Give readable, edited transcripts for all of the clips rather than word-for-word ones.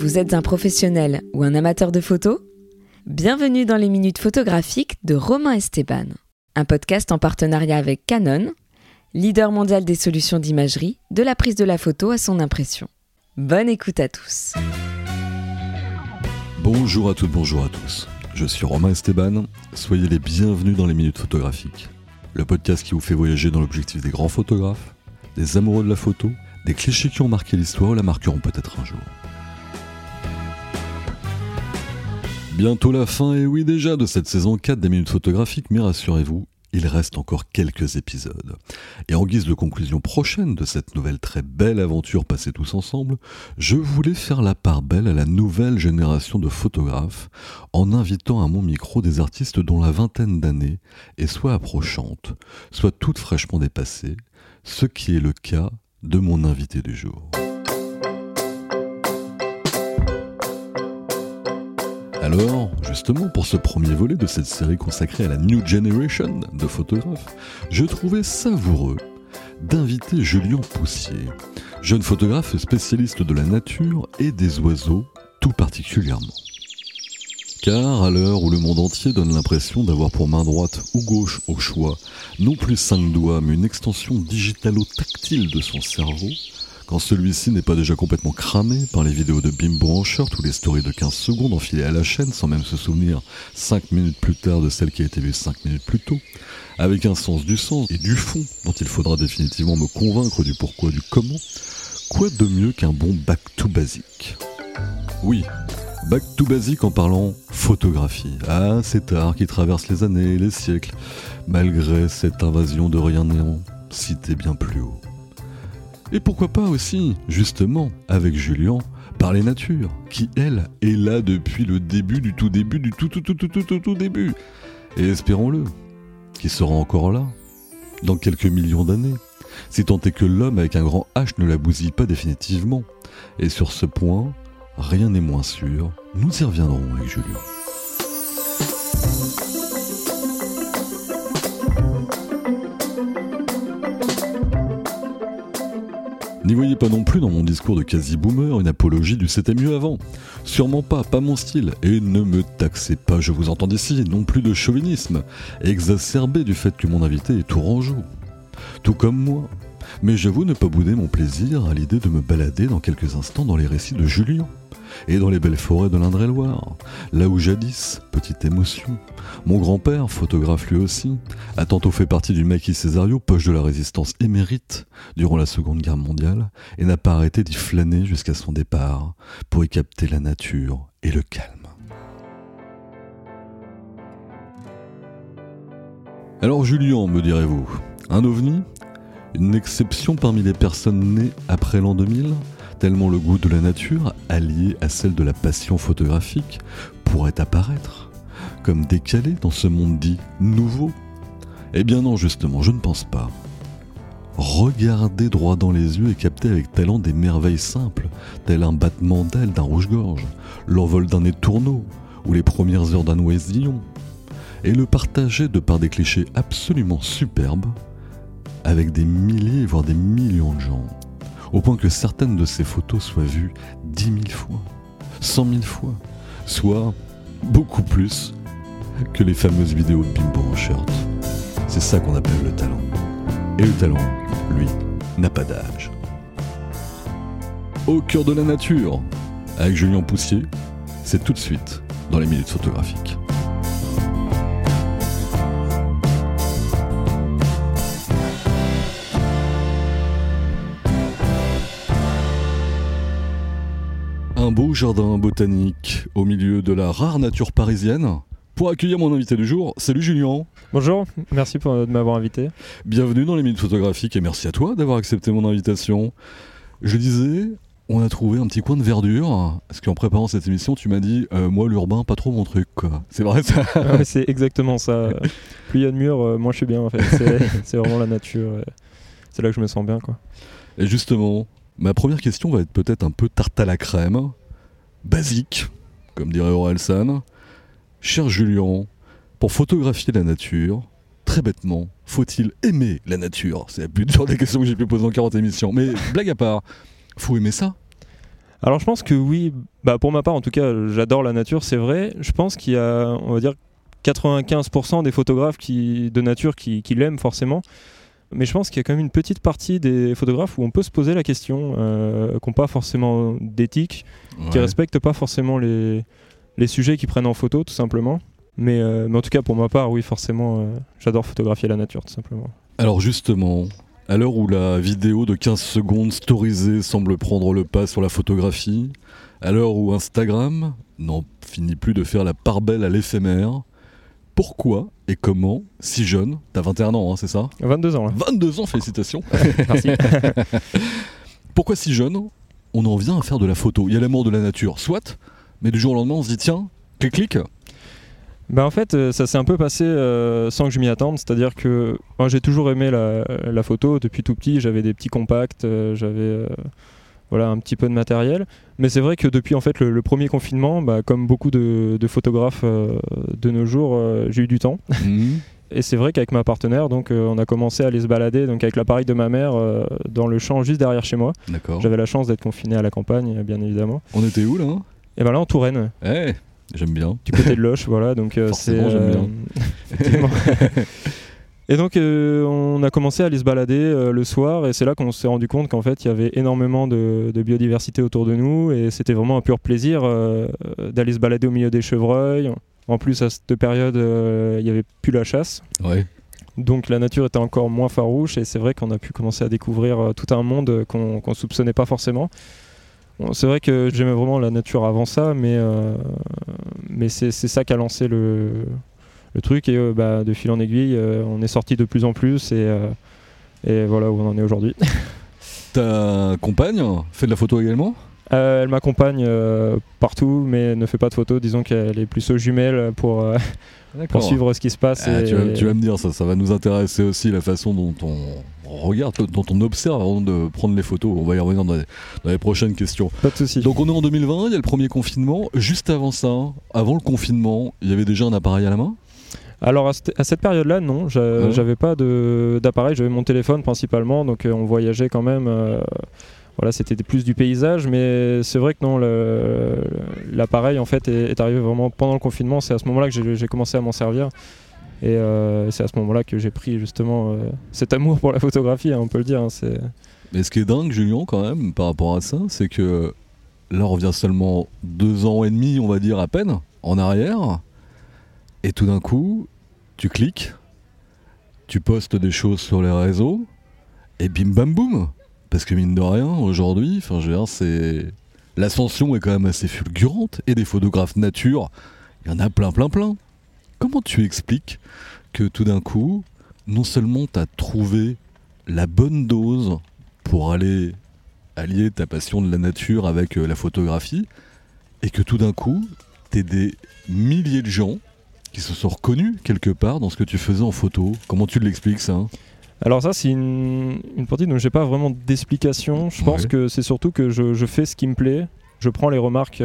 Vous êtes un professionnel ou un amateur de photos ? Bienvenue dans les Minutes photographiques de Romain Esteban, un podcast en partenariat avec Canon, leader mondial des solutions d'imagerie, de la prise de la photo à son impression. Bonne écoute à tous. Bonjour à toutes, bonjour à tous. Je suis Romain Esteban, soyez les bienvenus dans les Minutes photographiques. Le podcast qui vous fait voyager dans l'objectif des grands photographes, des amoureux de la photo, des clichés qui ont marqué l'histoire ou la marqueront peut-être un jour. Bientôt la fin, et oui déjà, de cette saison 4 des Minutes photographiques, mais rassurez-vous, il reste encore quelques épisodes. Et en guise de conclusion prochaine de cette nouvelle très belle aventure passée tous ensemble, je voulais faire la part belle à la nouvelle génération de photographes en invitant à mon micro des artistes dont la vingtaine d'années est soit approchante, soit toute fraîchement dépassée, ce qui est le cas de mon invité du jour. Alors, justement, pour ce premier volet de cette série consacrée à la New Generation de photographes, je trouvais savoureux d'inviter Julien Poussier, jeune photographe spécialiste de la nature et des oiseaux tout particulièrement. Car à l'heure où le monde entier donne l'impression d'avoir pour main droite ou gauche au choix, non plus 5 doigts mais une extension digitalo-tactile de son cerveau, quand celui-ci n'est pas déjà complètement cramé par les vidéos de Bimbo en short ou les stories de 15 secondes enfilées à la chaîne sans même se souvenir 5 minutes plus tard de celle qui a été vue 5 minutes plus tôt, avec un sens du sens et du fond dont il faudra définitivement me convaincre du pourquoi du comment, quoi de mieux qu'un bon back to basic ? Oui, back to basic en parlant photographie. Ah, cet art qui traverse les années et les siècles, malgré cette invasion de rien néant, cité bien plus haut. Et pourquoi pas aussi, justement, avec Julien, parler nature, qui, elle, est là depuis le début du tout début, du tout début. Et espérons-le, qui sera encore là, dans quelques millions d'années, si tant est que l'homme avec un grand H ne la bousille pas définitivement. Et sur ce point, rien n'est moins sûr, nous y reviendrons avec Julien. N'y voyez pas non plus dans mon discours de quasi-boomer une apologie du « c'était mieux avant ». Sûrement pas mon style. Et ne me taxez pas, je vous entends d'ici, non plus de chauvinisme, exacerbé du fait que mon invité est tourangeau. Tout comme moi. Mais j'avoue ne pas bouder mon plaisir à l'idée de me balader dans quelques instants dans les récits de Julien. Et dans les belles forêts de l'Indre-et-Loire, là où jadis, petite émotion, mon grand-père, photographe lui aussi, a tantôt fait partie du maquis Césario, poche de la résistance émérite durant la Seconde Guerre mondiale, et n'a pas arrêté d'y flâner jusqu'à son départ, pour y capter la nature et le calme. Alors Julien, me direz-vous, un ovni ? Une exception parmi les personnes nées après l'an 2000 ? Tellement le goût de la nature, allié à celle de la passion photographique, pourrait apparaître comme décalé dans ce monde dit nouveau. Eh bien non, justement, je ne pense pas. Regardez droit dans les yeux et captez avec talent des merveilles simples, tel un battement d'aile d'un rouge-gorge, l'envol d'un étourneau ou les premières heures d'un oisillon, et le partager de par des clichés absolument superbes avec des milliers, voire des millions de gens. Au point que certaines de ces photos soient vues 10 000 fois, 100 000 fois, soit beaucoup plus que les fameuses vidéos de Bimbo en short. C'est ça qu'on appelle le talent. Et le talent, lui, n'a pas d'âge. Au cœur de la nature, avec Julien Poussier, c'est tout de suite dans les Minutes photographiques. Un beau jardin botanique au milieu de la rare nature parisienne. Pour accueillir mon invité du jour, salut Julien. Bonjour, merci de m'avoir invité. Bienvenue dans les Minutes photographiques et merci à toi d'avoir accepté mon invitation. Je disais, on a trouvé un petit coin de verdure, parce qu'en préparant cette émission, tu m'as dit, moi l'urbain, pas trop mon truc, quoi. C'est vrai ça? Ouais, c'est exactement ça. Plus il y a de murs, moins je suis bien en fait. C'est vraiment la nature. C'est là que je me sens bien, quoi. Et justement, ma première question va être peut-être un peu tarte à la crème, basique, comme dirait Orelsan. Cher Julien, pour photographier la nature, très bêtement, faut-il aimer la nature ? C'est la plus dure des questions que j'ai pu poser en 40 émissions. Mais blague à part, faut aimer ça ? Alors je pense que oui, pour ma part en tout cas, j'adore la nature, c'est vrai. Je pense qu'il y a, on va dire, 95% des photographes de nature qui l'aiment forcément. Mais je pense qu'il y a quand même une petite partie des photographes où on peut se poser la question, qui n'ont pas forcément d'éthique, qui respectent pas forcément les sujets qu'ils prennent en photo tout simplement. Mais en tout cas pour ma part, oui forcément, j'adore photographier la nature tout simplement. Alors justement, à l'heure où la vidéo de 15 secondes storyisée semble prendre le pas sur la photographie, à l'heure où Instagram n'en finit plus de faire la part belle à l'éphémère, pourquoi et comment, si jeune, t'as 21 ans, hein, c'est ça ? 22 ans. Là. 22 ans, félicitations. Merci. Pourquoi si jeune, on en vient à faire de la photo ? Il y a l'amour de la nature, soit, mais du jour au lendemain, on se dit tiens, clic. En fait, ça s'est un peu passé sans que je m'y attende, c'est-à-dire que moi, j'ai toujours aimé la photo depuis tout petit, j'avais des petits compacts, j'avais un petit peu de matériel, mais c'est vrai que depuis en fait le premier confinement, comme beaucoup de photographes de nos jours, j'ai eu du temps. Et c'est vrai qu'avec ma partenaire, donc, on a commencé à aller se balader donc, avec l'appareil de ma mère dans le champ juste derrière chez moi. D'accord. J'avais la chance d'être confiné à la campagne, bien évidemment. On était où là ? Et là en Touraine. J'aime bien. Du côté de Loches, voilà. Donc, forcément, j'aime bien. Effectivement. Et donc, on a commencé à aller se balader le soir, et c'est là qu'on s'est rendu compte qu'en fait, il y avait énormément de biodiversité autour de nous, et c'était vraiment un pur plaisir d'aller se balader au milieu des chevreuils. En plus, à cette période, il n'y avait plus la chasse. Ouais. Donc, la nature était encore moins farouche, et c'est vrai qu'on a pu commencer à découvrir tout un monde qu'on ne soupçonnait pas forcément. Bon, c'est vrai que j'aimais vraiment la nature avant ça, mais c'est ça qui a lancé le truc, et de fil en aiguille, on est sorti de plus en plus, et voilà où on en est aujourd'hui. Ta compagne fait de la photo également ? Elle m'accompagne partout, mais ne fait pas de photos. Disons qu'elle est plus aux jumelles pour suivre ce qui se passe. Tu vas me dire, ça va nous intéresser aussi, la façon dont on regarde, dont on observe avant de prendre les photos. On va y revenir dans les prochaines questions. Pas de souci. Donc on est en 2020, il y a le premier confinement. Juste avant ça, avant le confinement, il y avait déjà un appareil à la main ? Alors à cette période-là, non, j'avais pas d'appareil, j'avais mon téléphone principalement, donc on voyageait quand même. Voilà, c'était plus du paysage, mais c'est vrai que non, l'appareil en fait est arrivé vraiment pendant le confinement. C'est à ce moment-là que j'ai commencé à m'en servir, et c'est à ce moment-là que j'ai pris justement cet amour pour la photographie, hein, on peut le dire. Mais ce qui est dingue, Julien, quand même, par rapport à ça, c'est que là, on revient seulement 2 ans et demi, on va dire à peine, en arrière, et tout d'un coup, tu cliques, tu postes des choses sur les réseaux, et bim bam boum. Parce que mine de rien, aujourd'hui, l'ascension est quand même assez fulgurante, et des photographes nature, il y en a plein. Comment tu expliques que tout d'un coup, non seulement tu as trouvé la bonne dose pour aller allier ta passion de la nature avec la photographie, et que tout d'un coup, t'es des milliers de gens qui se sont reconnus quelque part dans ce que tu faisais en photo ? Comment tu l'expliques, ça ? Alors ça, c'est une partie dont j'ai pas vraiment d'explication. Je pense que c'est surtout que je fais ce qui me plaît. Je prends les remarques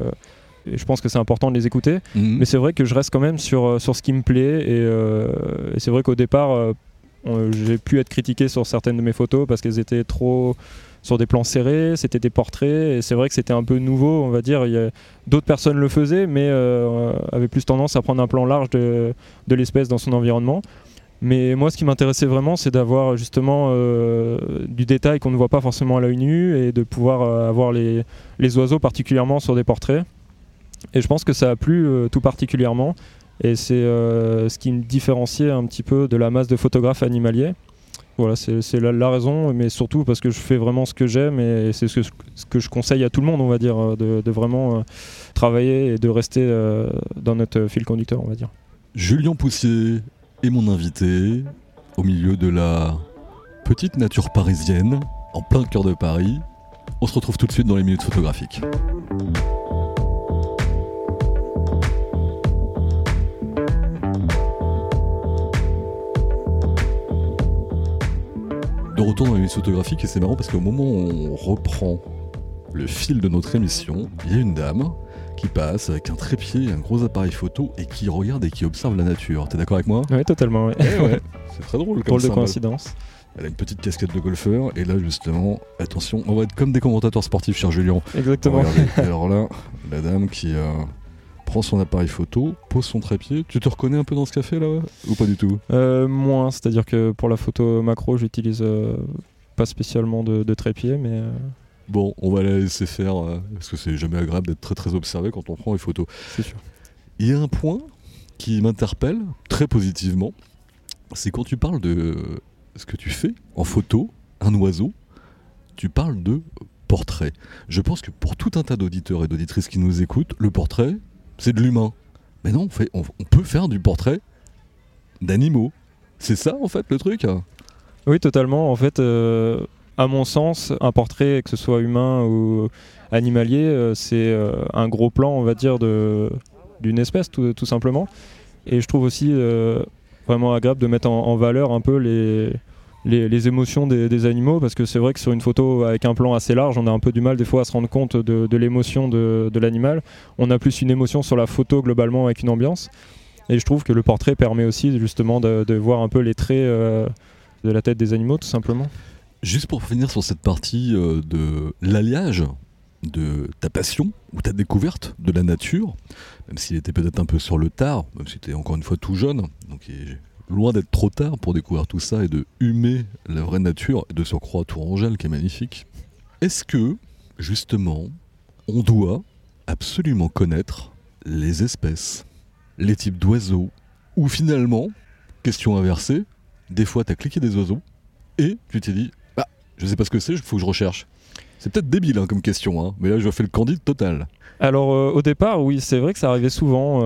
et je pense que c'est important de les écouter. Mais c'est vrai que je reste quand même sur ce qui me plaît. Et c'est vrai qu'au départ, j'ai pu être critiqué sur certaines de mes photos parce qu'elles étaient trop sur des plans serrés, c'était des portraits. Et c'est vrai que c'était un peu nouveau, on va dire. D'autres personnes le faisaient, mais avaient plus tendance à prendre un plan large de l'espèce dans son environnement. Mais moi, ce qui m'intéressait vraiment, c'est d'avoir justement du détail qu'on ne voit pas forcément à l'œil nu, et de pouvoir avoir les oiseaux particulièrement sur des portraits. Et je pense que ça a plu tout particulièrement. Et c'est ce qui me différenciait un petit peu de la masse de photographes animaliers. Voilà, c'est la raison, mais surtout parce que je fais vraiment ce que j'aime, et c'est ce que je conseille à tout le monde, on va dire, de vraiment travailler et de rester dans notre fil conducteur, on va dire. Julien Poussier est mon invité au milieu de la petite nature parisienne, en plein cœur de Paris. On se retrouve tout de suite dans les minutes photographiques. De retour dans les minutes photographiques, et c'est marrant parce qu'au moment où on reprend le fil de notre émission, il y a une dame qui passe avec un trépied et un gros appareil photo et qui regarde et qui observe la nature. T'es d'accord avec moi ? Oui, totalement. Ouais. Ouais. C'est très drôle comme drôle de symbole. coïncidence. Elle a une petite casquette de golfeur. Et là, justement, attention, on va être comme des commentateurs sportifs, cher Julien. Exactement. Regardez. Alors là, la dame qui prend son appareil photo, pose son trépied. Tu te reconnais un peu dans ce café là, ou pas du tout? Moins, c'est-à-dire que pour la photo macro, j'utilise pas spécialement de trépied, mais... Bon, on va la laisser faire, parce que c'est jamais agréable d'être très très observé quand on prend les photos. C'est sûr. Il y a un point qui m'interpelle très positivement, c'est quand tu parles de ce que tu fais en photo, un oiseau, tu parles de portrait. Je pense que pour tout un tas d'auditeurs et d'auditrices qui nous écoutent, le portrait, c'est de l'humain. Mais non, on peut faire du portrait d'animaux. C'est ça en fait le truc. Oui, totalement. En fait, à mon sens, un portrait, que ce soit humain ou animalier, c'est un gros plan, on va dire, d'une espèce, tout simplement. Et je trouve aussi vraiment agréable de mettre en valeur un peu les émotions des animaux, parce que c'est vrai que sur une photo avec un plan assez large, on a un peu du mal des fois à se rendre compte de l'émotion de l'animal. On a plus une émotion sur la photo globalement avec une ambiance. Et je trouve que le portrait permet aussi justement de voir un peu les traits de la tête des animaux, tout simplement. Juste pour finir sur cette partie de l'alliage de ta passion ou ta découverte de la nature, même s'il était peut-être un peu sur le tard, même si tu es encore une fois tout jeune, donc il est loin d'être trop tard pour découvrir tout ça et de humer la vraie nature, et de surcroît Tourangelle qui est magnifique. Est-ce que, justement, on doit absolument connaître les espèces, les types d'oiseaux, ou finalement, question inversée, des fois tu as cliqué des oiseaux et tu t'es dit je sais pas ce que c'est, il faut que je recherche. C'est peut-être débile hein, comme question, hein, mais là je fais le candide total. Alors au départ, oui, c'est vrai que ça arrivait souvent.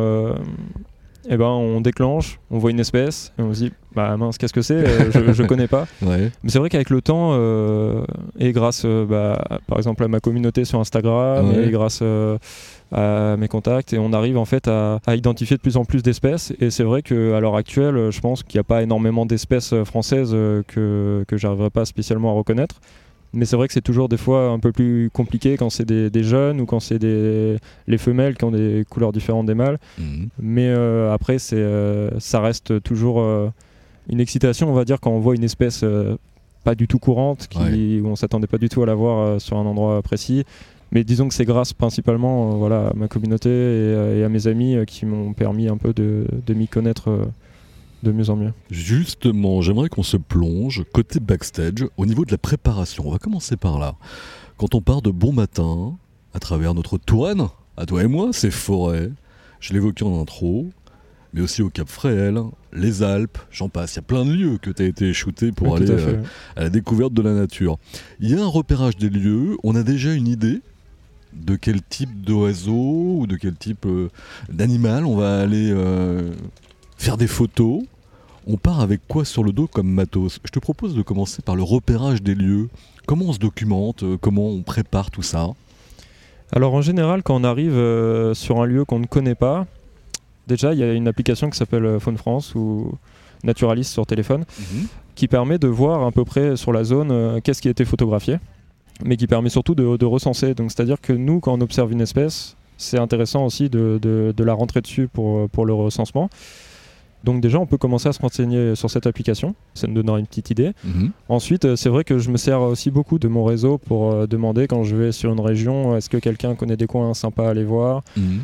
On déclenche, on voit une espèce et on se dit mince, qu'est-ce que c'est, je connais pas. Ouais. Mais c'est vrai qu'avec le temps et grâce par exemple à ma communauté sur Instagram et grâce à mes contacts, et on arrive en fait à identifier de plus en plus d'espèces. Et c'est vrai qu'à l'heure actuelle, je pense qu'il n'y a pas énormément d'espèces françaises que j'arriverai pas spécialement à reconnaître. Mais c'est vrai que c'est toujours des fois un peu plus compliqué quand c'est des jeunes ou quand c'est les femelles qui ont des couleurs différentes des mâles. Mmh. Mais après, ça reste toujours une excitation, on va dire, quand on voit une espèce pas du tout courante, où on ne s'attendait pas du tout à la voir sur un endroit précis. Mais disons que c'est grâce principalement à ma communauté et à mes amis qui m'ont permis un peu de m'y connaître de mieux en mieux. Justement, j'aimerais qu'on se plonge côté backstage au niveau de la préparation. On va commencer par là. Quand on part de bon matin, à travers notre Touraine, à toi et moi, ces forêts, je l'évoquais en intro, mais aussi au Cap Fréhel, les Alpes, j'en passe. Il y a plein de lieux que tu as été shooté pour aller à la découverte de la nature. Il y a un repérage des lieux, on a déjà une idée de quel type d'oiseau ou de quel type d'animal on va aller faire des photos. On part avec quoi sur le dos comme matos? Je te propose de commencer par le repérage des lieux. Comment on se documente? Comment on prépare tout ça? Alors en général, quand on arrive sur un lieu qu'on ne connaît pas, déjà il y a une application qui s'appelle Faune France ou Naturalist sur téléphone, qui permet de voir à peu près sur la zone qu'est-ce qui a été photographié, mais qui permet surtout de recenser. Donc c'est-à-dire que nous, quand on observe une espèce, c'est intéressant aussi de la rentrer dessus pour le recensement. Donc déjà, on peut commencer à se renseigner sur cette application, ça nous donnera une petite idée. Ensuite, c'est vrai que je me sers aussi beaucoup de mon réseau pour demander quand je vais sur une région, est-ce que quelqu'un connaît des coins sympas à aller voir.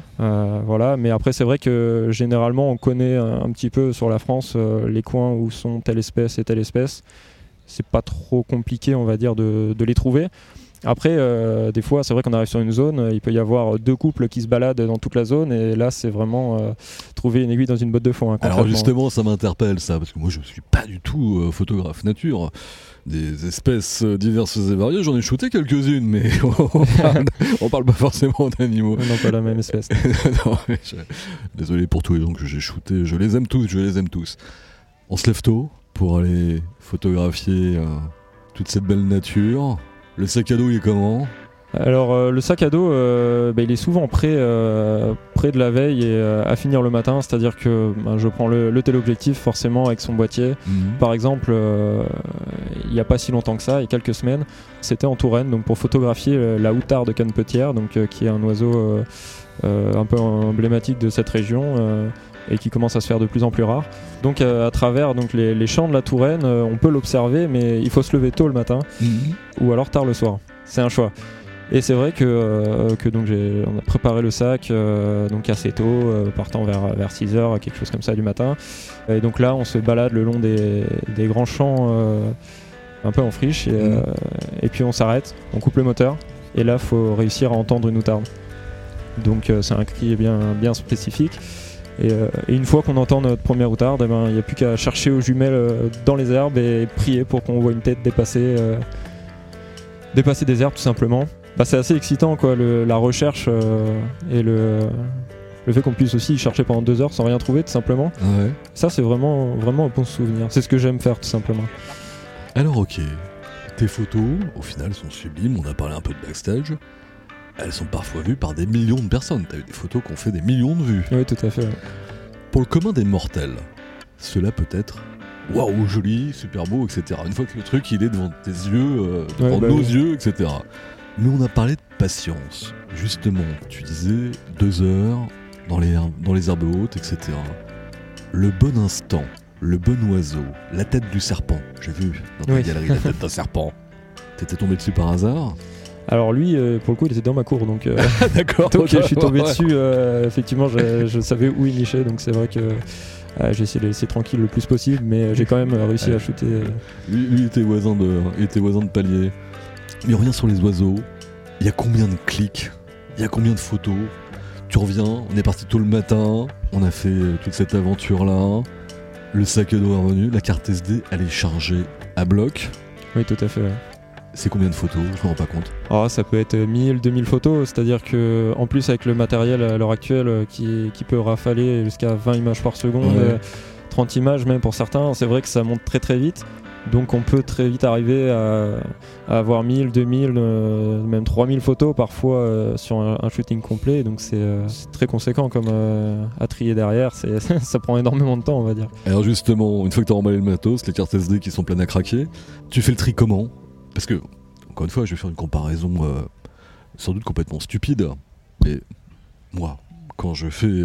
Voilà. Mais après, c'est vrai que généralement, on connaît un petit peu sur la France les coins où sont telle espèce et telle espèce. C'est pas trop compliqué, on va dire, de les trouver. Après, des fois, c'est vrai qu'on arrive sur une zone, il peut y avoir 2 couples qui se baladent dans toute la zone, et là, c'est vraiment trouver une aiguille dans une botte de foin. Alors justement, ça m'interpelle ça, parce que moi, je ne suis pas du tout photographe nature. Des espèces diverses et variées, j'en ai shooté quelques-unes, mais on parle pas forcément d'animaux. Non, pas la même espèce. Non, désolé pour tous les gens que j'ai shootés, je les aime tous. On se lève tôt pour aller photographier toute cette belle nature. Le sac à dos, il est comment ? Alors le sac à dos, il est souvent prêt de la veille et à finir le matin, c'est-à-dire que je prends le téléobjectif forcément avec son boîtier. Par exemple, il n'y a pas si longtemps que ça, il y a quelques semaines, c'était en Touraine, donc pour photographier la outarde canepetière, donc qui est un oiseau un peu emblématique de cette région. et qui commence à se faire de plus en plus rare. Donc à travers donc, les champs de la Touraine, on peut l'observer, mais il faut se lever tôt le matin ou alors tard le soir. C'est un choix. Et c'est vrai que donc on a préparé le sac donc assez tôt, partant vers 6h, quelque chose comme ça du matin. Et donc là, on se balade le long des grands champs un peu en friche et puis on s'arrête, on coupe le moteur et là, il faut réussir à entendre une outarde. Donc c'est un cri bien spécifique. Et une fois qu'on entend notre première outarde, il n'y a plus qu'à chercher aux jumelles dans les herbes et prier pour qu'on voit une tête dépasser des herbes tout simplement. C'est assez excitant quoi, la recherche et le fait qu'on puisse aussi chercher pendant 2 heures sans rien trouver tout simplement. Ouais. Ça c'est vraiment un bon souvenir. C'est ce que j'aime faire tout simplement. Alors ok, tes photos au final sont sublimes, on a parlé un peu de backstage. Elles sont parfois vues par des millions de personnes. T'as eu des photos qui ont fait des millions de vues. Oui, tout à fait. Ouais. Pour le commun des mortels, cela peut être waouh, joli, super beau, etc. Une fois que le truc il est devant tes yeux, devant nos yeux, etc. Mais on a parlé de patience. Justement, tu disais 2 heures dans les herbes hautes, etc. Le bon instant, le bon oiseau, la tête du serpent. J'ai vu dans ta galerie la tête d'un serpent. T'étais tombé dessus par hasard ? Alors lui, pour le coup, il était dans ma cour, donc, d'accord, donc je suis tombé dessus. Effectivement, je savais où il nichait, donc c'est vrai que j'ai essayé de le laisser tranquille le plus possible, mais j'ai quand même réussi à shooter. Lui était voisin de palier. Mais reviens sur les oiseaux. Il y a combien de clics ? Il y a combien de photos ? Tu reviens, on est parti tôt le matin, on a fait toute cette aventure-là. Le sac à dos est revenu, la carte SD, elle est chargée à bloc. Oui, tout à fait. Ouais. C'est combien de photos ? Je me rends pas compte. Ça peut être 1000, 2000 photos, c'est-à-dire que en plus avec le matériel à l'heure actuelle qui peut rafaler jusqu'à 20 images par seconde, 30 images même pour certains, c'est vrai que ça monte très très vite. Donc on peut très vite arriver à avoir 1000, 2000, même 3000 photos parfois sur un shooting complet. Donc c'est très conséquent comme à trier derrière. Ça prend énormément de temps, on va dire. Alors justement, une fois que tu as emballé le matos, les cartes SD qui sont pleines à craquer, tu fais le tri comment ? Parce que, encore une fois, je vais faire une comparaison sans doute complètement stupide. Mais moi, quand je fais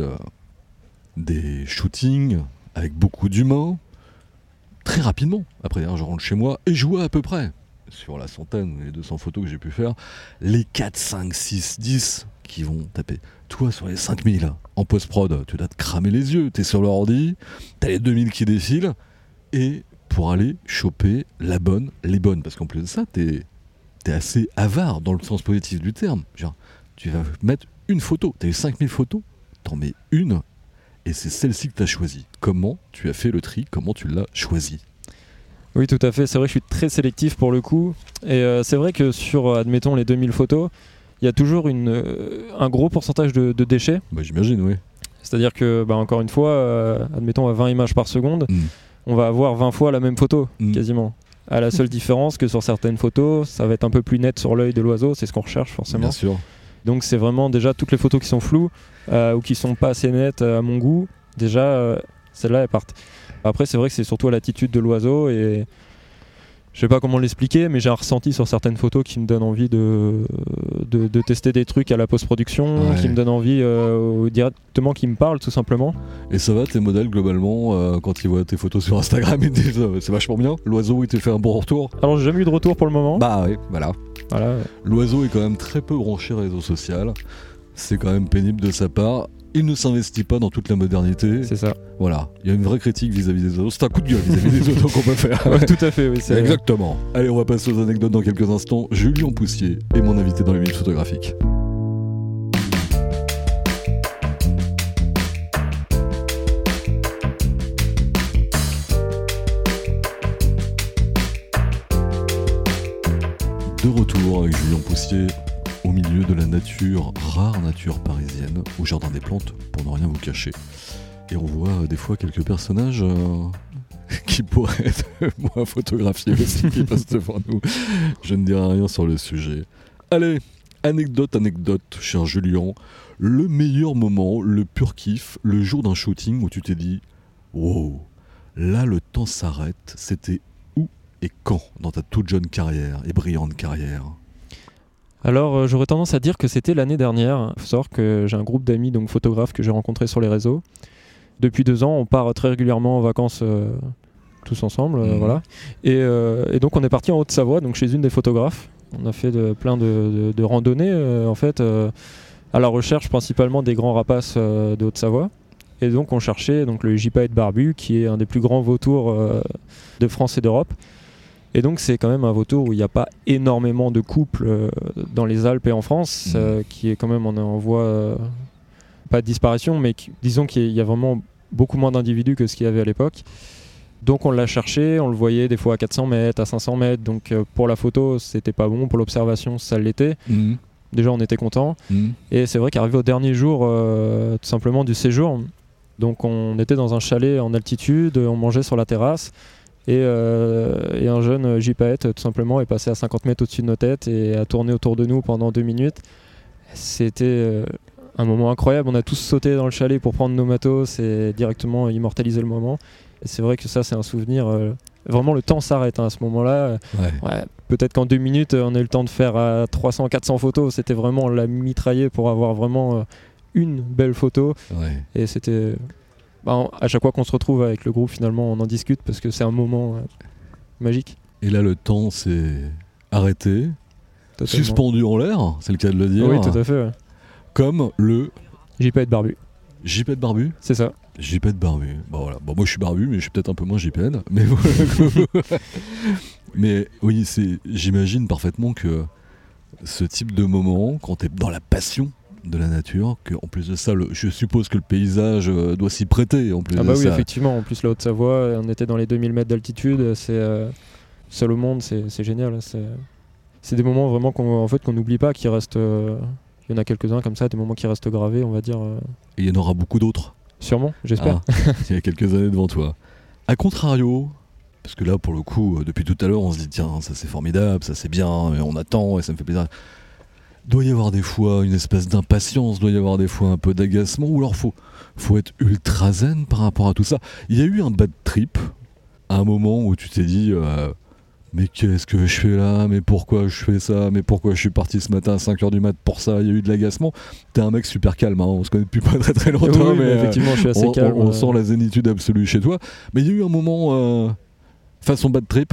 des shootings avec beaucoup d'humains, très rapidement, après je rentre chez moi et je vois à peu près, sur la centaine, les 200 photos que j'ai pu faire, les 4, 5, 6, 10 qui vont taper. Toi, sur les 5000, en post-prod, tu dois te cramer les yeux, t'es sur l'ordi, t'as les 2000 qui défilent, et pour aller choper les bonnes, parce qu'en plus de ça, t'es assez avare dans le sens positif du terme. Genre, tu vas mettre une photo, t'as eu 5000 photos, t'en mets une, et c'est celle-ci que t'as choisie. Comment tu as fait le tri ? Comment tu l'as choisi ? Oui, tout à fait. C'est vrai que je suis très sélectif pour le coup. Et c'est vrai que sur, admettons, les 2000 photos, il y a toujours un gros pourcentage de déchets. J'imagine, oui. C'est-à-dire que, encore une fois, admettons à 20 images par seconde, on va avoir 20 fois la même photo, quasiment. À la seule différence que sur certaines photos, ça va être un peu plus net sur l'œil de l'oiseau, c'est ce qu'on recherche forcément. Bien sûr. Donc c'est vraiment déjà toutes les photos qui sont floues ou qui sont pas assez nettes à mon goût, déjà celles-là elles partent. Après c'est vrai que c'est surtout à l'attitude de l'oiseau et je sais pas comment l'expliquer, mais j'ai un ressenti sur certaines photos qui me donne envie de tester des trucs à la post-production, qui me donne envie directement, qui me parlent tout simplement. Et ça va, tes modèles globalement, quand ils voient tes photos sur Instagram, ils disent c'est vachement bien, l'oiseau il te fait un bon retour. Alors j'ai jamais eu de retour pour le moment. Oui, voilà. L'oiseau est quand même très peu branché réseau social, c'est quand même pénible de sa part. Il ne s'investit pas dans toute la modernité. C'est ça. Voilà, il y a une vraie critique vis-à-vis des oiseaux. C'est un coup de gueule vis-à-vis des oiseaux qu'on peut faire. Ouais, tout à fait, oui. C'est exactement. Allez, on va passer aux anecdotes dans quelques instants. Julien Poussier est mon invité dans les minutes photographiques. De retour avec Julien Poussier au milieu de la nature, rare nature parisienne, au Jardin des Plantes, pour ne rien vous cacher. Et on voit des fois quelques personnages qui pourraient être moins photographiés aussi, qui passent devant nous. Je ne dirai rien sur le sujet. Allez, anecdote, cher Julien. Le meilleur moment, le pur kiff, le jour d'un shooting où tu t'es dit « Wow, là le temps s'arrête », c'était où et quand dans ta toute jeune carrière et brillante carrière ? Alors j'aurais tendance à dire que c'était l'année dernière. Il faut savoir que j'ai un groupe d'amis donc photographes que j'ai rencontrés sur les réseaux depuis 2 ans, on part très régulièrement en vacances tous ensemble, voilà. Et donc on est parti en Haute-Savoie, donc chez une des photographes. On a fait plein de randonnées en fait, à la recherche principalement des grands rapaces de Haute-Savoie. Et donc on cherchait donc, le gypaète barbu, qui est un des plus grands vautours de France et d'Europe. Et donc c'est quand même un vautour où il n'y a pas énormément de couples dans les Alpes et en France, qui est quand même en voie, pas de disparition, mais disons qu'il y a vraiment beaucoup moins d'individus que ce qu'il y avait à l'époque. Donc on l'a cherché, on le voyait des fois à 400 mètres, à 500 mètres, donc pour la photo c'était pas bon, pour l'observation ça l'était. Déjà on était content. Et c'est vrai qu'arrivé au dernier jour tout simplement du séjour, donc on était dans un chalet en altitude, on mangeait sur la terrasse et un jeune gypaète tout simplement est passé à 50 mètres au-dessus de nos têtes et a tourné autour de nous pendant 2 minutes. C'était un moment incroyable, on a tous sauté dans le chalet pour prendre nos matos et directement immortaliser le moment. Et c'est vrai que ça c'est un souvenir, vraiment le temps s'arrête à ce moment-là. Ouais, peut-être qu'en 2 minutes on a eu le temps de faire 300-400 photos, c'était vraiment la mitrailler pour avoir vraiment une belle photo. Et c'était à chaque fois qu'on se retrouve avec le groupe finalement on en discute parce que c'est un moment magique. Et là le temps s'est arrêté, suspendu en l'air, c'est le cas de le dire. Oui, tout à fait. Ouais. Comme le gypaète barbu. Gypaète barbu ? C'est ça. Gypaète barbu. Bon, voilà. Bon, moi je suis barbu, mais je suis peut-être un peu moins gypaète. Mais, mais oui, j'imagine parfaitement que ce type de moment, quand tu es dans la passion de la nature, qu'en plus de ça, je suppose que le paysage doit s'y prêter. En plus ah bah de oui, ça. Effectivement. En plus, la Haute-Savoie, on était dans les 2000 mètres d'altitude. C'est seul au monde, c'est génial. C'est des moments vraiment qu'on n'oublie pas, qui restent... Il y en a quelques-uns comme ça, des moments qui restent gravés, on va dire. Et il y en aura beaucoup d'autres. Sûrement, j'espère. Il y a quelques années devant toi. A contrario, parce que là, pour le coup, depuis tout à l'heure, on se dit tiens, ça c'est formidable, ça c'est bien, et on attend, et ça me fait plaisir. Doit y avoir des fois une espèce d'impatience, doit y avoir des fois un peu d'agacement, ou alors faut être ultra zen par rapport à tout ça. Il y a eu un bad trip, à un moment où tu t'es dit... mais qu'est-ce que je fais là ? Mais pourquoi je fais ça ? Mais pourquoi je suis parti ce matin à 5h du mat pour ça ? Il y a eu de l'agacement. T'es un mec super calme, hein. On se connaît depuis pas très très longtemps, oui, mais effectivement je suis assez calme. On sent la zénitude absolue chez toi. Mais il y a eu un moment façon bad trip,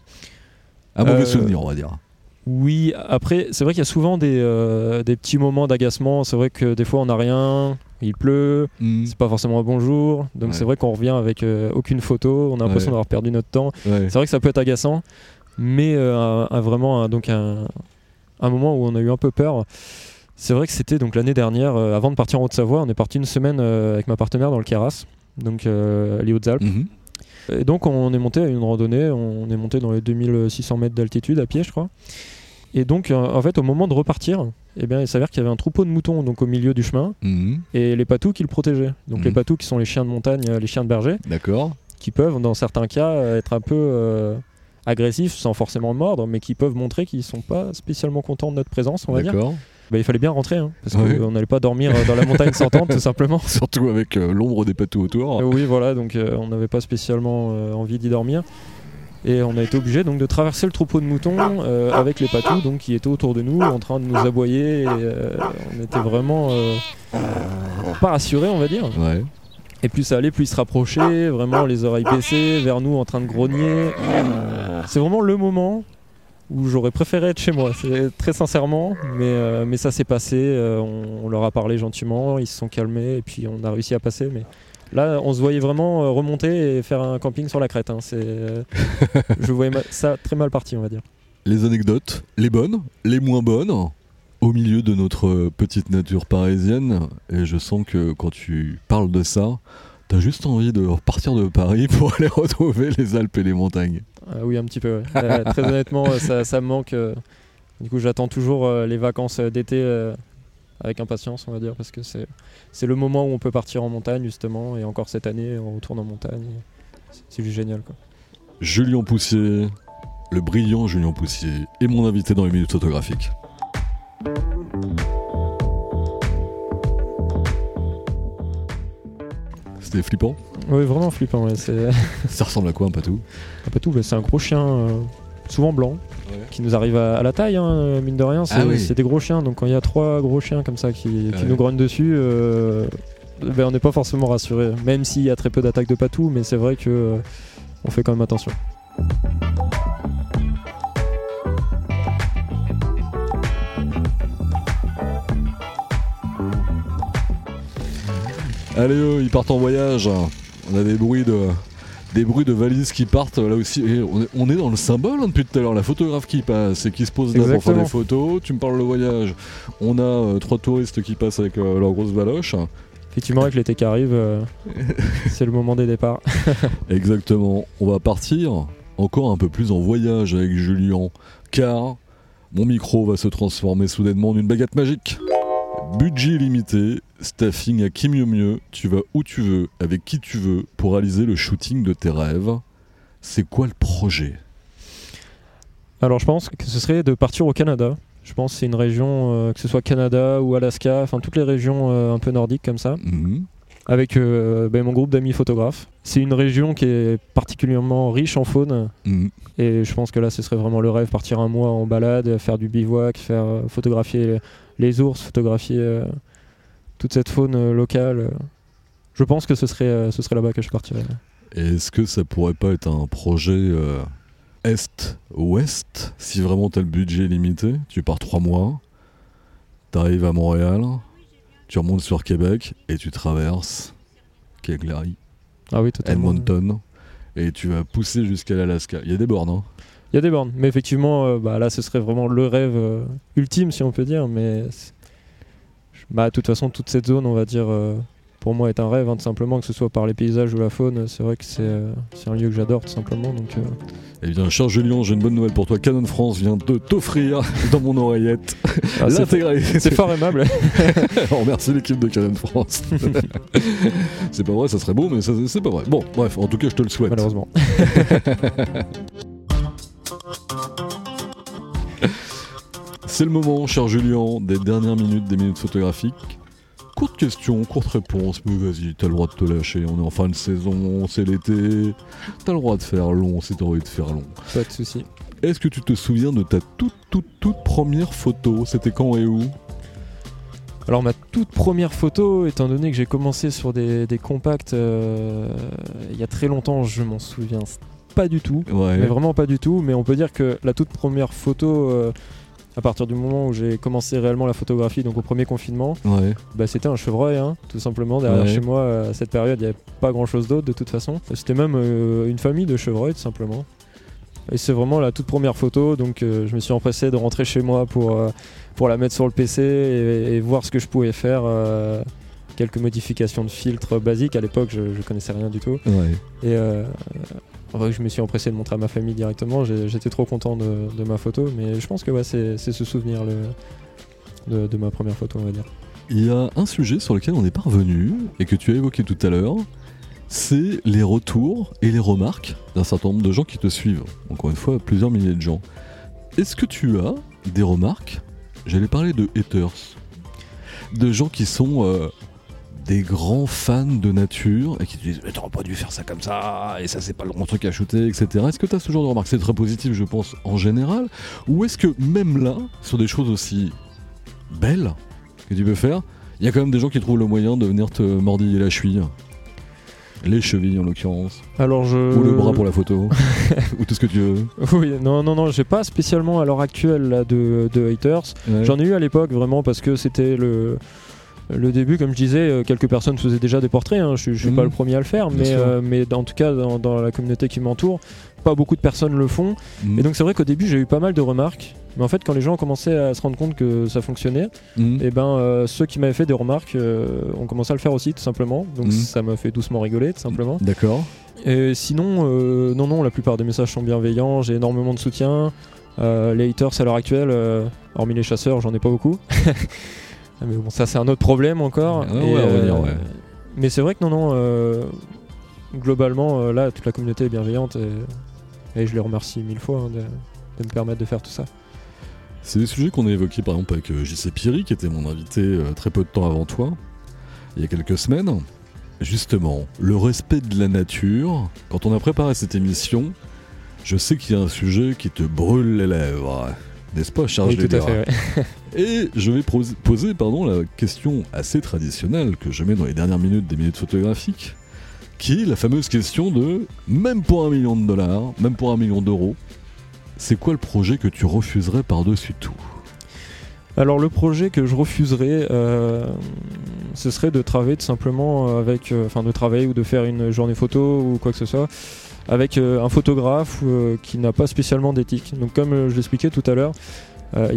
un mauvais souvenir on va dire. Oui, après c'est vrai qu'il y a souvent des petits moments d'agacement. C'est vrai que des fois on n'a rien, il pleut, c'est pas forcément un bon jour, donc c'est vrai qu'on revient avec aucune photo, on a l'impression d'avoir perdu notre temps. C'est vrai que ça peut être agaçant, mais vraiment un moment où on a eu un peu peur. C'est vrai que c'était donc l'année dernière, avant de partir en Haute-Savoie, on est parti une semaine avec ma partenaire dans le Queyras, donc les Hautes-Alpes. Et donc on est monté à une randonnée, on est monté dans les 2600 mètres d'altitude à pied je crois. Et donc en fait au moment de repartir, eh bien, il s'avère qu'il y avait un troupeau de moutons donc, au milieu du chemin et les patous qui le protégeaient. Donc les patous qui sont les chiens de montagne, les chiens de berger. D'accord. Qui peuvent dans certains cas être un peu agressifs sans forcément mordre, mais qui peuvent montrer qu'ils ne sont pas spécialement contents de notre présence, on va dire. Bah, il fallait bien rentrer, hein, parce qu'on n'allait pas dormir dans la montagne sans tente, tout simplement. Surtout avec l'ombre des patous autour. Oui, voilà, donc on n'avait pas spécialement envie d'y dormir. Et on a été obligé donc de traverser le troupeau de moutons avec les patous donc, qui étaient autour de nous, en train de nous aboyer. Et, on était vraiment pas rassurés, on va dire. Ouais. Et plus ça allait, plus ils se rapprochaient, vraiment les oreilles baissées, vers nous en train de grogner. C'est vraiment le moment où j'aurais préféré être chez moi, c'est très sincèrement, mais ça s'est passé, on leur a parlé gentiment, ils se sont calmés et puis on a réussi à passer. Mais là, on se voyait vraiment remonter et faire un camping sur la crête. Hein. Je voyais ça très mal parti, on va dire. Les anecdotes, les bonnes, les moins bonnes, au milieu de notre petite nature parisienne. Et je sens que quand tu parles de ça, t'as juste envie de repartir de Paris pour aller retrouver les Alpes et les montagnes. Oui, un petit peu. Ouais. Très honnêtement, ça me manque. Du coup, j'attends toujours les vacances d'été avec impatience, on va dire, parce que c'est le moment où on peut partir en montagne, justement. Et encore cette année, on retourne en montagne. C'est juste génial, quoi. Julien Poussier, le brillant Julien Poussier, est mon invité dans les minutes photographiques. C'était flippant ? Oui, vraiment flippant. Ouais. Ça ressemble à quoi un patou ? Un patou, c'est un gros chien, souvent blanc, qui nous arrive à la taille, hein, mine de rien. C'est des gros chiens, donc quand il y a 3 gros chiens comme ça qui nous grognent dessus, on n'est pas forcément rassuré, même s'il y a très peu d'attaques de patous, mais c'est vrai que on fait quand même attention. Allez, ils partent en voyage. On a des bruits de valises qui partent là aussi. Et on est dans le symbole depuis tout à l'heure. La photographe qui passe et qui se pose là pour faire des photos. Tu me parles de voyage. On a 3 touristes qui passent avec leurs grosses valoches. Effectivement, avec l'été qui arrive, c'est le moment des départs. Exactement. On va partir encore un peu plus en voyage avec Julien, car mon micro va se transformer soudainement en une baguette magique. Budget limité, staffing à qui mieux, tu vas où tu veux, avec qui tu veux, pour réaliser le shooting de tes rêves. C'est quoi le projet ? Alors je pense que ce serait de partir au Canada. Je pense que c'est une région, que ce soit Canada ou Alaska, enfin toutes les régions un peu nordiques comme ça, avec mon groupe d'amis photographes. C'est une région qui est particulièrement riche en faune, et je pense que là ce serait vraiment le rêve, partir un mois en balade, faire du bivouac, photographier les ours, photographier toute cette faune locale. Je pense que ce serait là-bas que je partirais. Et est-ce que ça pourrait pas être un projet Est-Ouest, si vraiment t'as le budget limité? Tu pars 3 mois, t'arrives à Montréal, tu remontes sur Québec et tu traverses Calgary, Edmonton, et tu vas pousser jusqu'à l'Alaska. Il y a des bornes, hein? Il y a des bornes, mais effectivement, là, ce serait vraiment le rêve ultime, si on peut dire. Mais de toute façon, toute cette zone, on va dire, pour moi, est un rêve, tout simplement, que ce soit par les paysages ou la faune. C'est vrai que c'est un lieu que j'adore, tout simplement. Donc, Eh bien, cher Julien, j'ai une bonne nouvelle pour toi. Canon France vient de t'offrir dans mon oreillette l'intégralité. C'est fort aimable. On remercie l'équipe de Canon France. C'est pas vrai, ça serait beau, mais c'est pas vrai. Bon, bref, en tout cas, je te le souhaite. Malheureusement. C'est le moment, cher Julien, des dernières minutes, des minutes photographiques. Courte question, courte réponse, mais vas-y, t'as le droit de te lâcher, on est en fin de saison, c'est l'été, t'as le droit de faire long si t'as envie de faire long. Pas de soucis. Est-ce que tu te souviens de ta toute première photo? C'était quand et où? Alors ma toute première photo, étant donné que j'ai commencé sur des compacts il y a très longtemps, je m'en souviens pas du tout, mais vraiment pas du tout, mais on peut dire que la toute première photo... à partir du moment où j'ai commencé réellement la photographie, donc au premier confinement, c'était un chevreuil, tout simplement. Derrière chez moi, à cette période, il n'y avait pas grand-chose d'autre de toute façon. C'était même une famille de chevreuils, tout simplement. Et c'est vraiment la toute première photo, donc je me suis empressé de rentrer chez moi pour la mettre sur le PC et voir ce que je pouvais faire. Quelques modifications de filtres basiques. À l'époque, je connaissais rien du tout. Et je me suis empressé de montrer à ma famille directement. J'étais trop content de ma photo, mais je pense que c'est ce souvenir de ma première photo, on va dire. Il y a un sujet sur lequel on n'est pas revenu et que tu as évoqué tout à l'heure, c'est les retours et les remarques d'un certain nombre de gens qui te suivent. Encore une fois, plusieurs milliers de gens. Est-ce que tu as des remarques? J'allais parler de haters, de gens qui sont des grands fans de nature et qui te disent mais t'aurais pas dû faire ça comme ça et ça c'est pas le bon truc à shooter, etc. Est-ce que tu as ce genre de remarques? C'est très positif, je pense, en général, ou est-ce que même là, sur des choses aussi belles que tu peux faire, il y a quand même des gens qui trouvent le moyen de venir te mordiller la cheville, les chevilles en l'occurrence, ou le bras pour la photo, ou tout ce que tu veux? Oui, non, j'ai pas spécialement à l'heure actuelle là, de haters. J'en ai eu à l'époque vraiment parce que c'était le début, comme je disais, quelques personnes faisaient déjà des portraits, je suis pas le premier à le faire, mais en tout cas dans la communauté qui m'entoure, pas beaucoup de personnes le font. Et donc c'est vrai qu'au début j'ai eu pas mal de remarques, mais en fait quand les gens ont commencé à se rendre compte que ça fonctionnait, ceux qui m'avaient fait des remarques ont commencé à le faire aussi, tout simplement. Donc ça m'a fait doucement rigoler, tout simplement. D'accord. Et sinon, non, la plupart des messages sont bienveillants, j'ai énormément de soutien. Les haters à l'heure actuelle, hormis les chasseurs, j'en ai pas beaucoup. Mais bon, ça c'est un autre problème encore. Mais c'est vrai que globalement, là, toute la communauté est bienveillante et je les remercie 1000 fois de me permettre de faire tout ça. C'est des sujets qu'on a évoqués par exemple avec J.C. Piry, qui était mon invité très peu de temps avant toi, il y a quelques semaines. Justement, le respect de la nature. Quand on a préparé cette émission, je sais qu'il y a un sujet qui te brûle les lèvres. n'est-ce pas, charge tout à fait, ouais. Et je vais poser la question assez traditionnelle que je mets dans les dernières minutes des minutes photographiques, qui est la fameuse question de, même pour $1 million, même pour $1 million, c'est quoi le projet que tu refuserais par-dessus tout ? Alors le projet que je refuserais, ce serait de travailler tout simplement de travailler ou de faire une journée photo ou quoi que ce soit avec un photographe qui n'a pas spécialement d'éthique. Donc comme je l'expliquais tout à l'heure, il y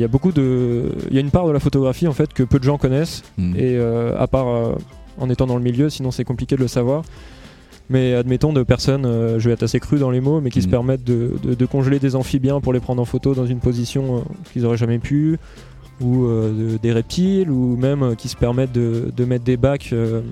a une part de la photographie en fait que peu de gens connaissent et à part en étant dans le milieu, sinon c'est compliqué de le savoir. Mais admettons de personnes, je vais être assez cru dans les mots, mais qui se permettent de congeler des amphibiens pour les prendre en photo dans une position qu'ils n'auraient jamais pu, ou des reptiles, ou même qui se permettent de mettre des bacs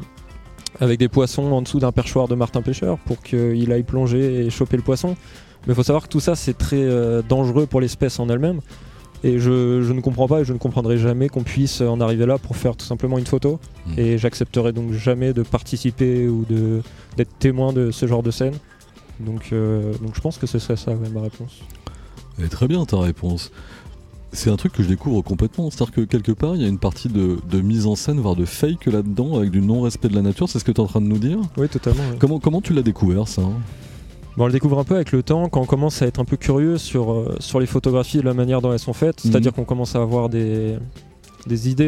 avec des poissons en dessous d'un perchoir de martin pêcheur pour qu'il aille plonger et choper le poisson. Mais il faut savoir que tout ça c'est très dangereux pour l'espèce en elle-même. Et je ne comprends pas et je ne comprendrai jamais qu'on puisse en arriver là pour faire tout simplement une photo. Et j'accepterai donc jamais de participer ou d'être témoin de ce genre de scène. Donc je pense que ce serait ça ma réponse. Elle est très bien ta réponse. C'est un truc que je découvre complètement, c'est-à-dire que quelque part il y a une partie de mise en scène, voire de fake là-dedans, avec du non-respect de la nature, c'est ce que tu es en train de nous dire ? Oui, totalement. Ouais. Comment tu l'as découvert ça ? On le découvre un peu avec le temps, quand on commence à être un peu curieux sur les photographies et la manière dont elles sont faites, c'est-à-dire qu'on commence à avoir des idées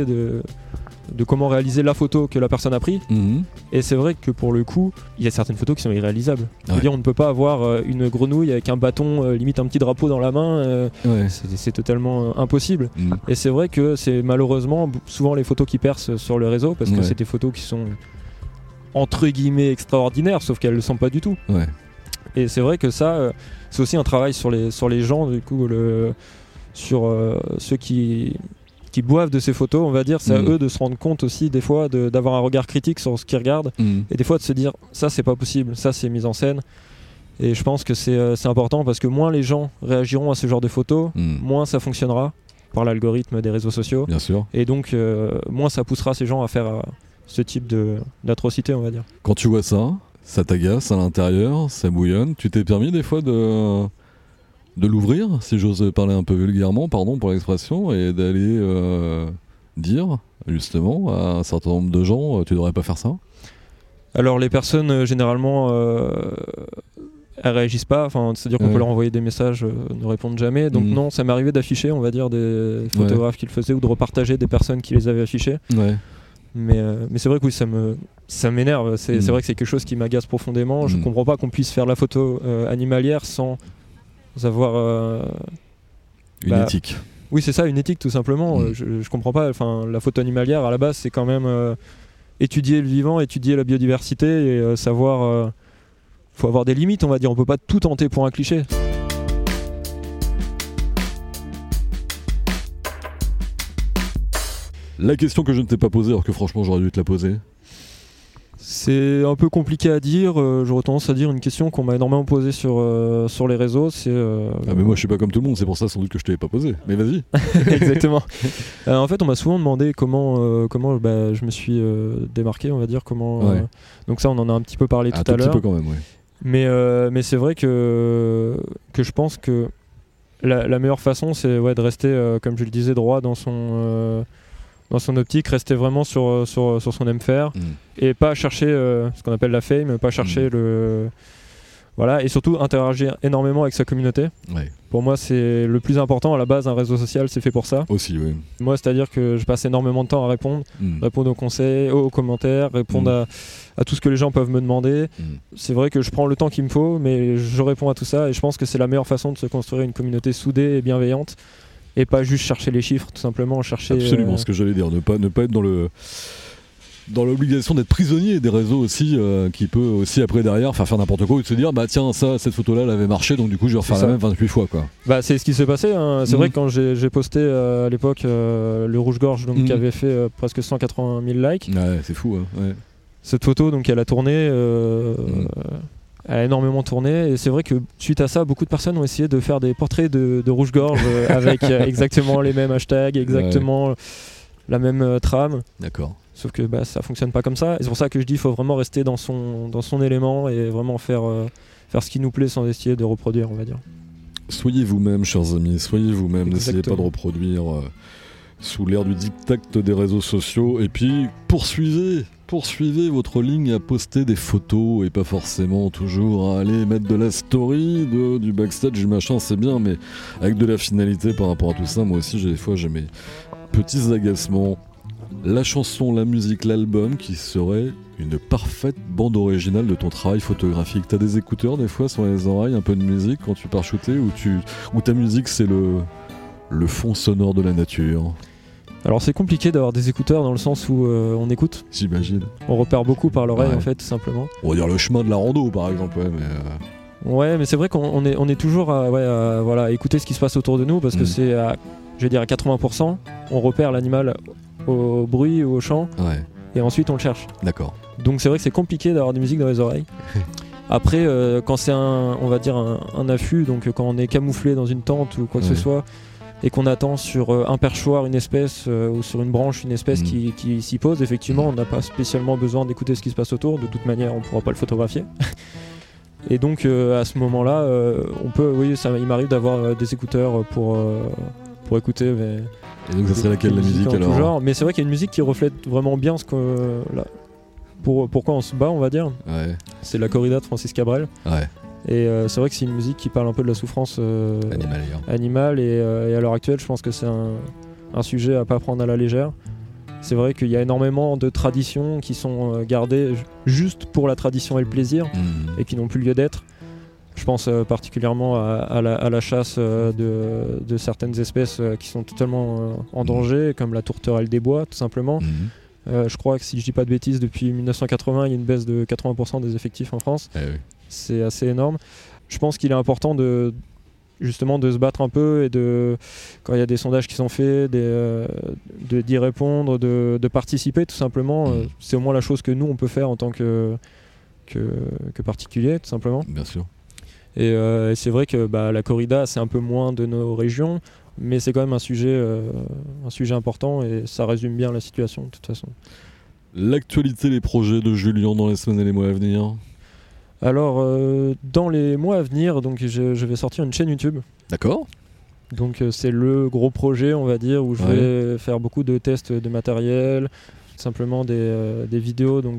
de comment réaliser la photo que la personne a prise. Et c'est vrai que pour le coup, il y a certaines photos qui sont irréalisables. C'est-à-dire on ne peut pas avoir une grenouille avec un bâton, limite un petit drapeau dans la main, c'est totalement impossible. Et c'est vrai que c'est malheureusement souvent les photos qui percent sur le réseau, parce que c'est des photos qui sont entre guillemets extraordinaires, sauf qu'elles ne le sont pas du tout. Et c'est vrai que ça, c'est aussi un travail sur les gens, du coup, sur ceux qui boivent de ces photos, on va dire, c'est à eux de se rendre compte aussi des fois d'avoir un regard critique sur ce qu'ils regardent et des fois de se dire ça c'est pas possible, ça c'est mise en scène. Et je pense que c'est important parce que moins les gens réagiront à ce genre de photos, moins ça fonctionnera par l'algorithme des réseaux sociaux. Bien sûr. Et donc moins ça poussera ces gens à faire ce type d'atrocité, on va dire. Quand tu vois ça t'agace à l'intérieur, ça bouillonne. Tu t'es permis des fois de l'ouvrir, si j'ose parler un peu vulgairement, pardon pour l'expression, et d'aller dire justement à un certain nombre de gens tu devrais pas faire ça ? Alors les personnes généralement elles réagissent pas, c'est-à-dire qu'on peut leur envoyer des messages, ne répondent jamais, donc non, ça m'est arrivé d'afficher, on va dire, des photographes qui le faisaient ou de repartager des personnes qui les avaient affichés. Mais c'est vrai que oui, ça m'énerve, c'est vrai que c'est quelque chose qui m'agace profondément. Je comprends pas qu'on puisse faire la photo animalière sans avoir une éthique. Oui, c'est ça, une éthique tout simplement. Je comprends pas, la photo animalière à la base c'est quand même étudier le vivant, étudier la biodiversité et savoir faut avoir des limites, on va dire, on peut pas tout tenter pour un cliché. La question que je ne t'ai pas posée alors que franchement j'aurais dû te la poser. C'est un peu compliqué à dire, j'aurais tendance à dire une question qu'on m'a énormément posée sur les réseaux, c'est... mais moi je suis pas comme tout le monde, c'est pour ça sans doute que je t'avais pas posé, mais vas-y. Exactement. En fait on m'a souvent demandé comment je me suis démarqué, on va dire, donc ça on en a un petit peu parlé tout à l'heure. Un petit peu quand même, mais c'est vrai que je pense que la meilleure façon c'est de rester, comme je le disais, droit dans son optique, rester vraiment sur son aime-faire et pas chercher ce qu'on appelle la fame, pas chercher et surtout interagir énormément avec sa communauté. Pour moi c'est le plus important, à la base un réseau social c'est fait pour ça. Aussi, oui. Moi c'est-à-dire que je passe énormément de temps à répondre aux conseils, aux commentaires, répondre à tout ce que les gens peuvent me demander. C'est vrai que je prends le temps qu'il me faut, mais je réponds à tout ça et je pense que c'est la meilleure façon de se construire une communauté soudée et bienveillante. Et pas juste chercher les chiffres, tout simplement chercher... Absolument, ce que j'allais dire, ne pas être dans l'obligation d'être prisonnier des réseaux aussi, qui peut aussi après derrière faire n'importe quoi ou de se dire tiens, cette photo-là elle avait marché, donc du coup je vais refaire la même 28 fois, quoi. C'est ce qui s'est passé, hein. C'est vrai que quand j'ai posté à l'époque le rouge-gorge qui avait fait presque 180 000 likes. Ouais, c'est fou, hein. Cette photo, donc elle a tourné... Elle a énormément tourné et c'est vrai que suite à ça, beaucoup de personnes ont essayé de faire des portraits de rouge-gorge avec exactement les mêmes hashtags, exactement la même trame. D'accord. Sauf que ça fonctionne pas comme ça. Et c'est pour ça que je dis qu'il faut vraiment rester dans son élément et vraiment faire ce qui nous plaît sans essayer de reproduire, on va dire. Soyez vous-même, chers amis, soyez vous-même. Exactement. N'essayez pas de reproduire sous l'ère du diktat des réseaux sociaux. Et puis, poursuivez votre ligne à poster des photos et pas forcément toujours à aller mettre de la story, du backstage, du machin, c'est bien, mais avec de la finalité par rapport à tout ça. Moi aussi, des fois, j'ai mes petits agacements. La chanson, la musique, l'album qui serait une parfaite bande originale de ton travail photographique. T'as des écouteurs des fois sur les oreilles, un peu de musique quand tu pars shooter, ou ta musique c'est le fond sonore de la nature? Alors c'est compliqué d'avoir des écouteurs dans le sens où on écoute. J'imagine. On repère beaucoup par l'oreille en fait, tout simplement. On va dire le chemin de la rando par exemple, mais... Ouais, mais c'est vrai qu'on est toujours à écouter ce qui se passe autour de nous parce que c'est à 80%, on repère l'animal au bruit ou au chant et ensuite on le cherche. D'accord. Donc c'est vrai que c'est compliqué d'avoir des musiques dans les oreilles. Après, quand c'est un affût, donc quand on est camouflé dans une tente ou quoi que ce soit, et qu'on attend sur un perchoir une espèce ou sur une branche une espèce qui s'y pose, effectivement, on n'a pas spécialement besoin d'écouter ce qui se passe autour. De toute manière, on ne pourra pas le photographier. Et donc à ce moment-là, il m'arrive d'avoir des écouteurs pour écouter. Mais et donc ça serait laquelle la musique alors genre. Mais c'est vrai qu'il y a une musique qui reflète vraiment bien ce que pourquoi on se bat, on va dire. Ouais. C'est la corrida de Francis Cabrel. Ouais. Et c'est vrai que c'est une musique qui parle un peu de la souffrance animale et à l'heure actuelle, je pense que c'est un sujet à pas prendre à la légère. C'est vrai qu'il y a énormément de traditions qui sont gardées juste pour la tradition et le plaisir et qui n'ont plus lieu d'être. Je pense particulièrement à la chasse de certaines espèces qui sont totalement en danger, comme la tourterelle des bois, tout simplement. Je crois que si je dis pas de bêtises, depuis 1980, il y a une baisse de 80% des effectifs en France. Oui. C'est assez énorme. Je pense qu'il est important de se battre un peu et quand il y a des sondages qui sont faits, d'y répondre, de participer tout simplement. C'est au moins la chose que nous on peut faire en tant que particulier, tout simplement. Bien sûr. Et c'est vrai que la corrida c'est un peu moins de nos régions, mais c'est quand même un sujet important et ça résume bien la situation de toute façon. L'actualité, les projets de Julien dans les semaines et les mois à venir? Alors dans les mois à venir, donc je vais sortir une chaîne YouTube. D'accord. Donc c'est le gros projet, on va dire, où je vais faire beaucoup de tests de matériel, simplement des vidéos, donc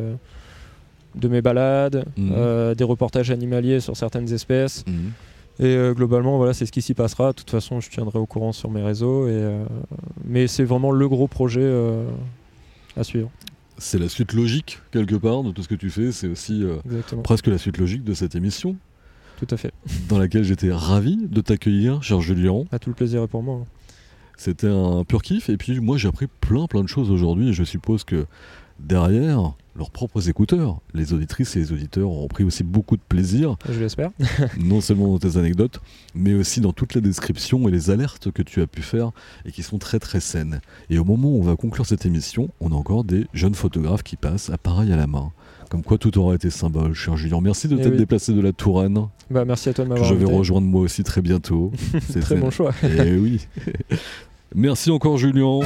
de mes balades, des reportages animaliers sur certaines espèces. Et globalement, voilà, c'est ce qui s'y passera. De toute façon, je tiendrai au courant sur mes réseaux. Mais c'est vraiment le gros projet à suivre. C'est la suite logique, quelque part, de tout ce que tu fais. C'est aussi presque la suite logique de cette émission. Tout à fait. Dans laquelle j'étais ravi de t'accueillir, cher Julien. Tout le plaisir est pour moi. C'était un pur kiff. Et puis, moi, j'ai appris plein de choses aujourd'hui. Et je suppose que derrière leurs propres écouteurs, les auditrices et les auditeurs ont pris aussi beaucoup de plaisir. Je l'espère. Non seulement dans tes anecdotes, mais aussi dans toutes les descriptions et les alertes que tu as pu faire et qui sont très très saines. Et au moment où on va conclure cette émission, on a encore des jeunes photographes qui passent, appareil à la main. Comme quoi tout aura été symbole, cher Julien. Merci de t'être déplacé de la Touraine. Merci à toi de m'avoir invité. Je vais invité. rejoindre moi aussi très bientôt. C'est très bon choix. Et oui. Merci encore Julien.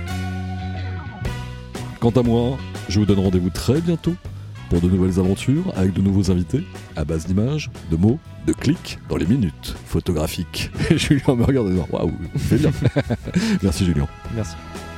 Quant à moi, je vous donne rendez-vous très bientôt pour de nouvelles aventures avec de nouveaux invités à base d'images, de mots, de clics dans les minutes photographiques. Et Julien me regarde en disant waouh, c'est bien. Merci Julien. Merci.